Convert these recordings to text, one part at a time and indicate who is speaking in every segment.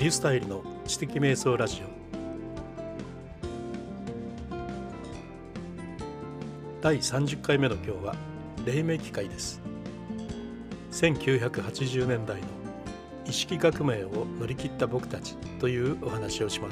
Speaker 1: リュースタイルの知的瞑想ラジオ第30回目の今日は黎明期会です。1980年代の意識革命を乗り切った僕たちというお話をします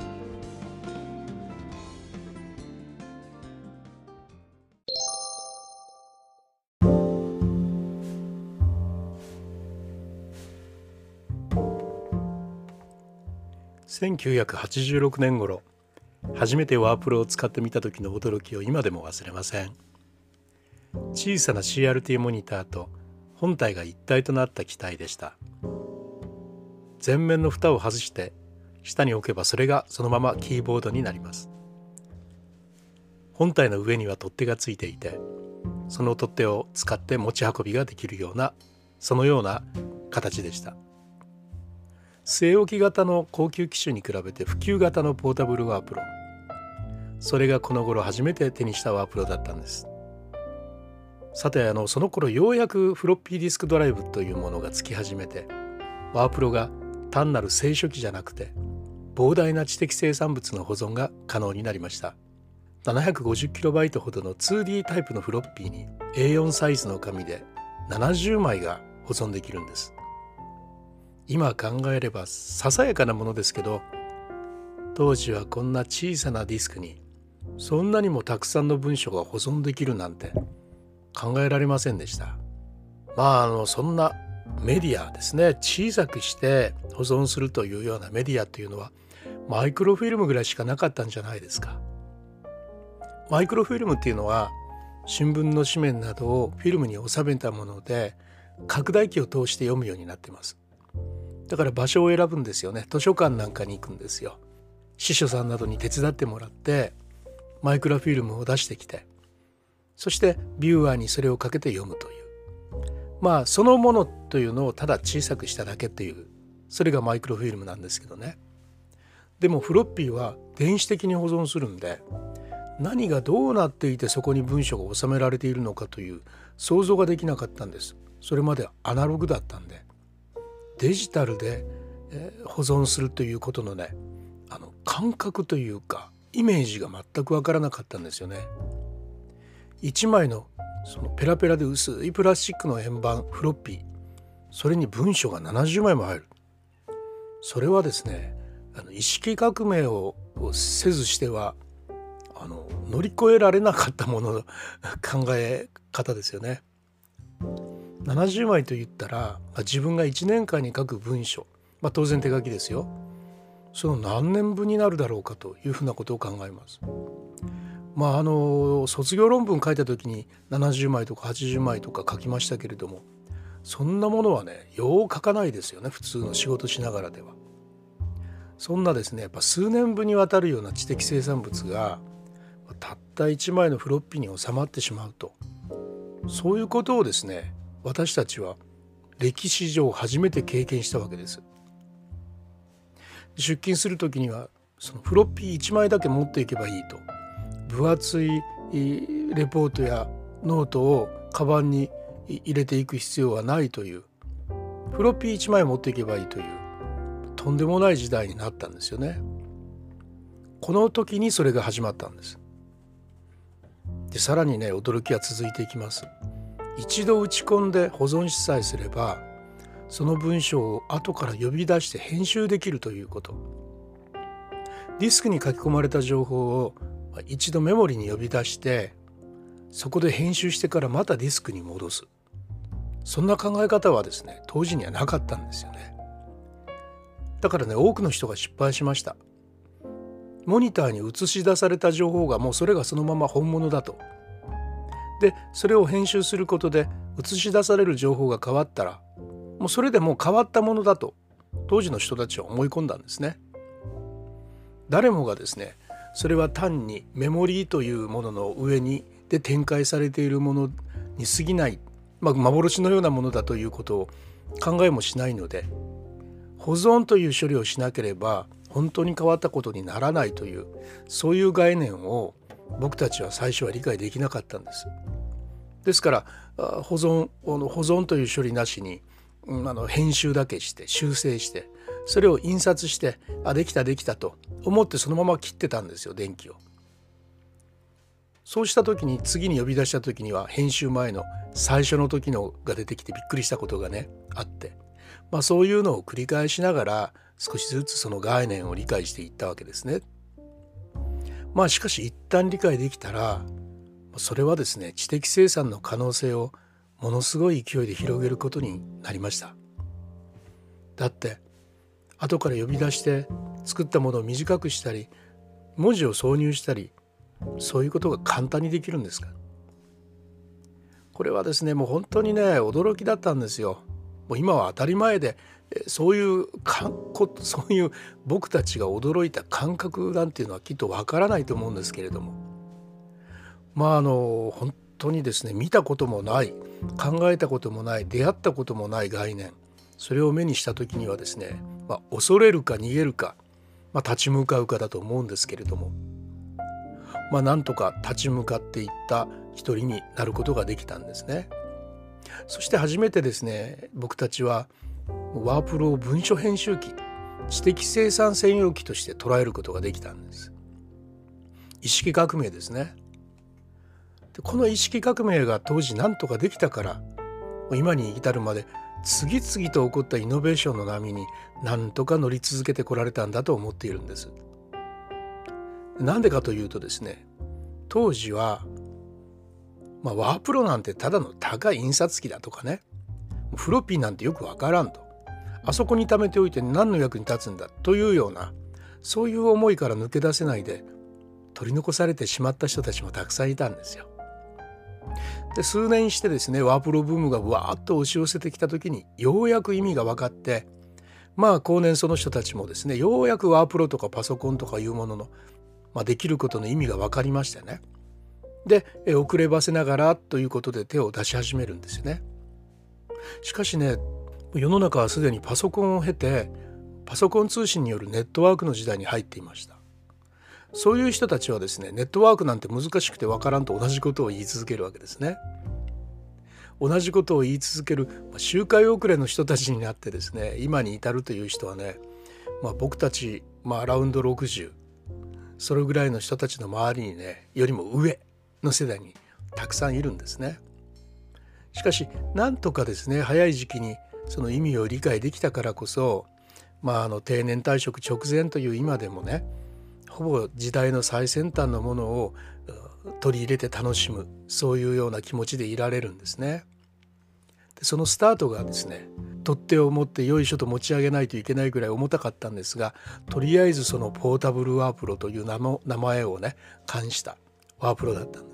Speaker 1: 。1986年頃、初めてワープロを使ってみた時の驚きを今でも忘れません。小さな CRT モニターと本体が一体となった機体でした。前面の蓋を外して下に置けばそれがそのままキーボードになります。本体の上には取っ手がついていて、その取っ手を使って持ち運びができるような、そのような形でした。据え置き型の高級機種に比べて普及型のポータブルワープロ、それがこの頃初めて手にしたワープロだったんです。さてその頃ようやくフロッピーディスクドライブというものがつき始めて、ワープロが単なる清書機じゃなくて膨大な知的生産物の保存が可能になりました。 750KB ほどの 2D タイプのフロッピーに A4 サイズの紙で70枚が保存できるんです。今考えればささやかなものですけど、当時はこんな小さなディスクにそんなにもたくさんの文章が保存できるなんて考えられませんでした。そんなメディアですね、小さくして保存するというようなメディアというのはマイクロフィルムぐらいしかなかったんじゃないですか。マイクロフィルムっていうのは新聞の紙面などをフィルムに収めたもので、拡大機を通して読むようになってます。だから場所を選ぶんですよね。図書館なんかに行くんですよ。司書さんなどに手伝ってもらってマイクロフィルムを出してきて、そしてビューアーにそれをかけて読むという、そのものというのをただ小さくしただけという、それがマイクロフィルムなんですけどね。でもフロッピーは電子的に保存するんで、何がどうなっていてそこに文章が収められているのかという想像ができなかったんです。それまでアナログだったんで。デジタルで保存するということのね、感覚というかイメージが全く分からなかったんですよね。一枚のそのペラペラで薄いプラスチックの円盤フロッピー、それに文章が70枚も入る。それはですね、意識革命をせずしては乗り越えられなかったものの考え方ですよね。70枚と言ったら自分が1年間に書く文章、当然手書きですよ。その何年分になるだろうかというふうなことを考えます。卒業論文書いた時に70枚とか80枚とか書きましたけれども、そんなものはね、よう書かないですよね、普通の仕事しながらでは。そんなですね、やっぱ数年分にわたるような知的生産物がたった1枚のフロッピーに収まってしまうと、そういうことをですね、私たちは歴史上初めて経験したわけです。出勤する時にはそのフロッピー1枚だけ持っていけばいいと、分厚いレポートやノートをカバンに入れていく必要はないという、フロッピー1枚持っていけばいいというとんでもない時代になったんですよね。この時にそれが始まったんです。でさらにね、驚きは続いていきます。一度打ち込んで保存しさえすれば、その文章を後から呼び出して編集できるということ。ディスクに書き込まれた情報を一度メモリに呼び出して、そこで編集してからまたディスクに戻す。そんな考え方はですね、当時にはなかったんですよね。だからね、多くの人が失敗しました。モニターに映し出された情報がもうそれがそのまま本物だと。でそれを編集することで映し出される情報が変わったら、もうそれでもう変わったものだと当時の人たちは思い込んだんですね。誰もがですね、それは単にメモリーというものの上にで展開されているものに過ぎない、幻のようなものだということを考えもしないので、保存という処理をしなければ本当に変わったことにならないという、そういう概念を僕たちは最初は理解できなかったんです。ですから保存という処理なしに編集だけして修正して、 それを印刷して、できたできたと思ってそのまま切ってたんですよ、電気を。そうした時に、次に呼び出した時には編集前の最初の時のが出てきてびっくりしたことがねあって、そういうのを繰り返しながら少しずつその概念を理解していったわけですね。しかし一旦理解できたら、それはですね、知的生産の可能性をものすごい勢いで広げることになりました。だって後から呼び出して作ったものを短くしたり、文字を挿入したり、そういうことが簡単にできるんですから。これはですね、もう本当にね驚きだったんですよ。もう今は当たり前で、そういう僕たちが驚いた感覚なんていうのはきっとわからないと思うんですけれども、本当にですね、見たこともない、考えたこともない、出会ったこともない概念、それを目にした時にはですね、恐れるか逃げるか、立ち向かうかだと思うんですけれども、なんとか立ち向かっていった一人になることができたんですね。そして初めてですね、僕たちはワープロを文書編集機、知的生産専用機として捉えることができたんです。意識革命ですね。でこの意識革命が当時何とかできたから、今に至るまで次々と起こったイノベーションの波に何とか乗り続けてこられたんだと思っているんです。なんでかというとですね、当時は、ワープロなんてただの高い印刷機だとかね、フロッピーなんてよくわからんと、あそこに貯めておいて何の役に立つんだというような、そういう思いから抜け出せないで取り残されてしまった人たちもたくさんいたんですよ。で数年してですね、ワープロブームがわーっと押し寄せてきた時にようやく意味が分かって、後年その人たちもですね、ようやくワープロとかパソコンとかいうものの、できることの意味が分かりましてね。で遅ればせながらということで手を出し始めるんですよね。しかしね、世の中はすでにパソコンを経て、パソコン通信によるネットワークの時代に入っていました。そういう人たちはですね、ネットワークなんて難しくてわからんと同じことを言い続けるわけですね。同じことを言い続ける周回遅れの人たちになってですね、今に至るという人はね、僕たち、アラウンド60、それぐらいの人たちの周りにね、よりも上の世代にたくさんいるんですね。しかしなんとかですね、早い時期にその意味を理解できたからこそ、定年退職直前という今でもね、ほぼ時代の最先端のものを取り入れて楽しむ、そういうような気持ちでいられるんですね。でそのスタートがですね、取っ手を持ってよいしょと持ち上げないといけないぐらい重たかったんですが、とりあえずそのポータブルワープロという名前をね冠したワープロだったんです。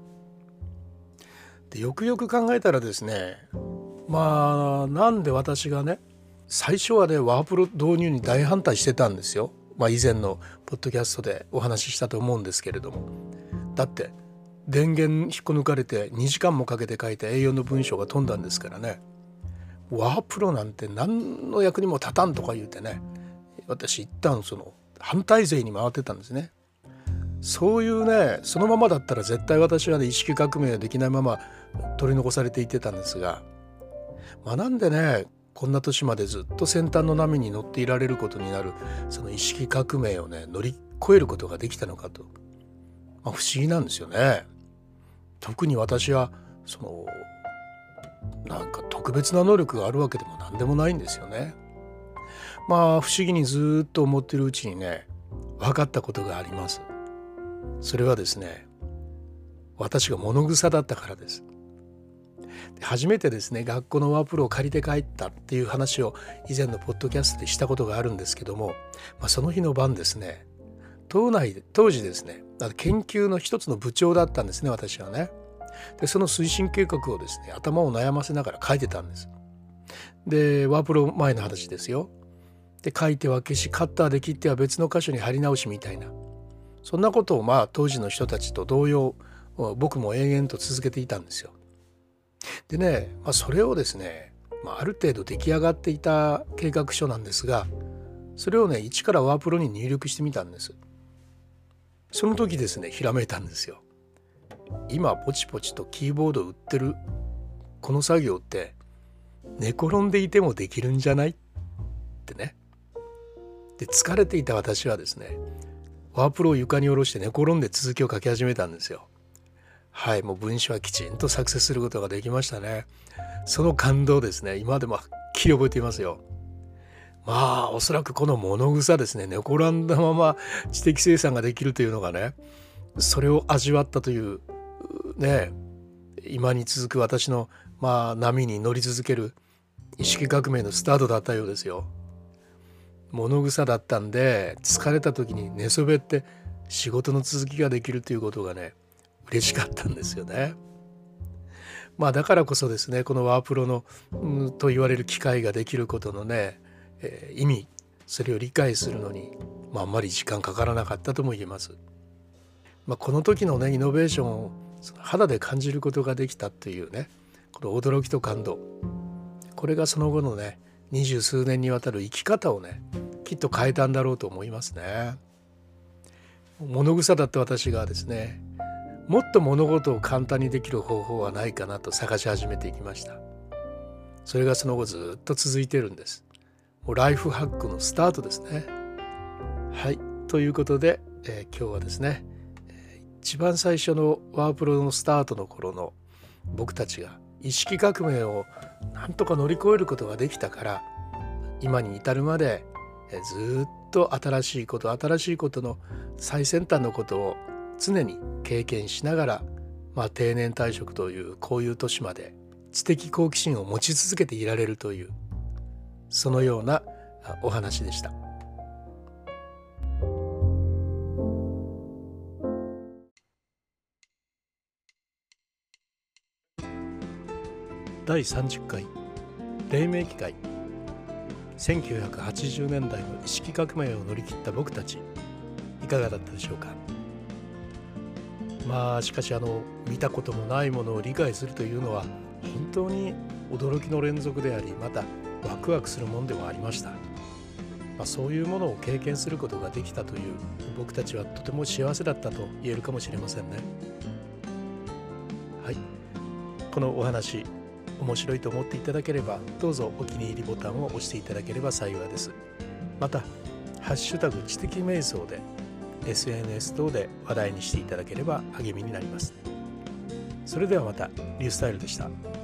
Speaker 1: でよくよく考えたらですね、なんで私がね、最初はねワープロ導入に大反対してたんですよ。以前のポッドキャストでお話ししたと思うんですけれども、だって電源引っこ抜かれて2時間もかけて書いた A4 の文章が飛んだんですからね。ワープロなんて何の役にも立たんとか言うてね、私一旦その反対勢に回ってたんですね。そういうね、そのままだったら絶対私はね、意識革命ができないまま取り残されていってたんですが、なんでねこんな年までずっと先端の波に乗っていられることになるその意識革命をね乗り越えることができたのかと、不思議なんですよね。特に私はそのなんか特別な能力があるわけでも何でもないんですよね。不思議にずっと思っているうちにね、分かったことがあります。それはですね、私が物臭だったからです。初めてですね、学校のワープロを借りて帰ったっていう話を以前のポッドキャストでしたことがあるんですけども、その日の晩ですね、当時ですね、研究の一つの部長だったんですね、私はね。でその推進計画をですね、頭を悩ませながら書いてたんです。でワープロ前の話ですよ。で書いては消し、カッターで切っては別の箇所に貼り直しみたいな、そんなことを当時の人たちと同様僕も延々と続けていたんですよ。でね、それをですね、ある程度出来上がっていた計画書なんですが、それをね一からワープロに入力してみたんです。その時ですね、ひらめいたんですよ。今ポチポチとキーボードを打ってるこの作業って寝転んでいてもできるんじゃないってね。 で疲れていた私はですね、ワープロを床に下ろして寝転んで続きを書き始めたんですよ。はい、もう文章はきちんと作成することができましたね。その感動ですね、今でもはっきり覚えていますよ。まあおそらくこの物草ですね、寝転んだまま知的生産ができるというのがね、それを味わったというね、今に続く私の波に乗り続ける意識革命のスタートだったようですよ。物草だったんで、疲れた時に寝そべって仕事の続きができるということがね、嬉しかったんですよね。だからこそですね、このワープロの、と言われる機会ができることのね、意味、それを理解するのに、あんまり時間かからなかったとも言えます。この時のねイノベーションを肌で感じることができたっていうね、この驚きと感動、これがその後のね20数年にわたる生き方をねきっと変えたんだろうと思いますね。物臭だった私がですね、もっと物事を簡単にできる方法はないかなと探し始めていきました。それがその後ずっと続いているんです。もうライフハックのスタートですね。はい、ということで、今日はですね、一番最初のワープロのスタートの頃の僕たちが意識革命をなんとか乗り越えることができたから、今に至るまでずっと新しいことの最先端のことを常に経験しながら、定年退職というこういう年まで知的好奇心を持ち続けていられるという、そのようなお話でした。第30回黎明期会、1980年代の意識革命を乗り切った僕たち、いかがだったでしょうか。しかし見たこともないものを理解するというのは本当に驚きの連続であり、またワクワクするものでもありました。そういうものを経験することができたという僕たちはとても幸せだったと言えるかもしれませんね。はい、このお話面白いと思っていただければ、どうぞお気に入りボタンを押していただければ幸いです。またハッシュタグ知的瞑想で SNS 等で話題にしていただければ励みになります。それではまた、リュースタイルでした。